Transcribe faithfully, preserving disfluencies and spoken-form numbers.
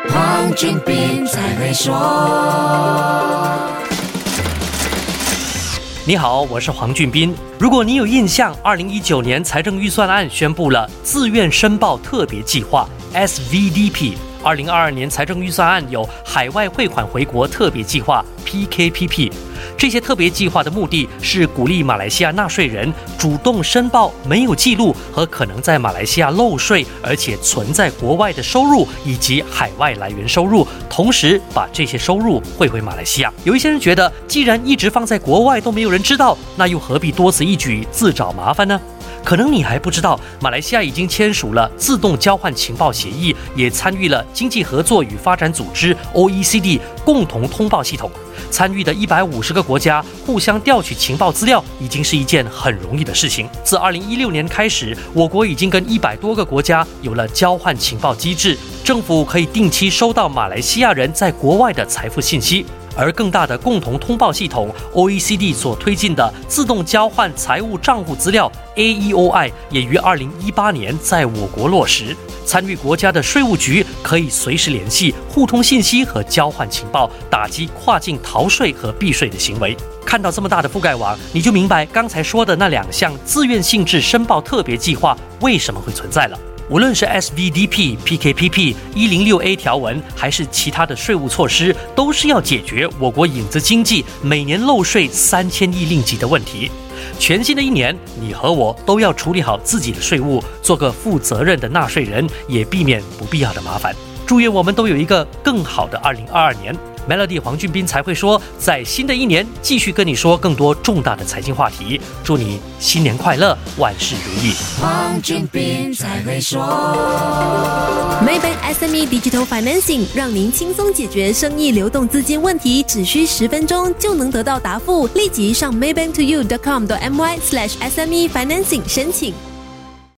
黄俊斌才会说。 你好，我是黄俊斌。如果你有印象，二零一九年财政预算案宣布了自愿申报特别计划 S V D P， 二零二二年财政预算案有海外汇款回国特别计划 P K P P。这些特别计划的目的是鼓励马来西亚纳税人主动申报没有记录和可能在马来西亚漏税，而且存在国外的收入以及海外来源收入，同时把这些收入汇回马来西亚。有一些人觉得，既然一直放在国外都没有人知道，那又何必多此一举自找麻烦呢？可能你还不知道，马来西亚已经签署了自动交换情报协议，也参与了经济合作与发展组织 O E C D 共同通报系统。参与的一百五十个国家互相调取情报资料，已经是一件很容易的事情。自二零一六年开始，我国已经跟一百多个国家有了交换情报机制，政府可以定期收到马来西亚人在国外的财富信息。而更大的共同通报系统 O E C D 所推进的自动交换财务账户资料 A E O I 也于二零一八年在我国落实。参与国家的税务局可以随时联系，互通信息和交换情报，打击跨境逃税和避税的行为。看到这么大的覆盖网，你就明白刚才说的那两项自愿性质申报特别计划为什么会存在了。无论是 S V D P、P K P P、一零六 A 条文，还是其他的税务措施，都是要解决我国影子经济每年漏税三千亿令吉的问题。全新的一年，你和我都要处理好自己的税务，做个负责任的纳税人，也避免不必要的麻烦。祝愿我们都有一个更好的二零二二年。Melody 黄俊斌才会说，在新的一年继续跟你说更多重大的财经话题。祝你新年快乐，万事如意。 黄俊斌才会说。 Maybank S M E Digital Financing 让您轻松解决生意流动资金问题，只需十分钟就能得到答复。立即上 maybank to you dot com dot my slash S M E financing 申请。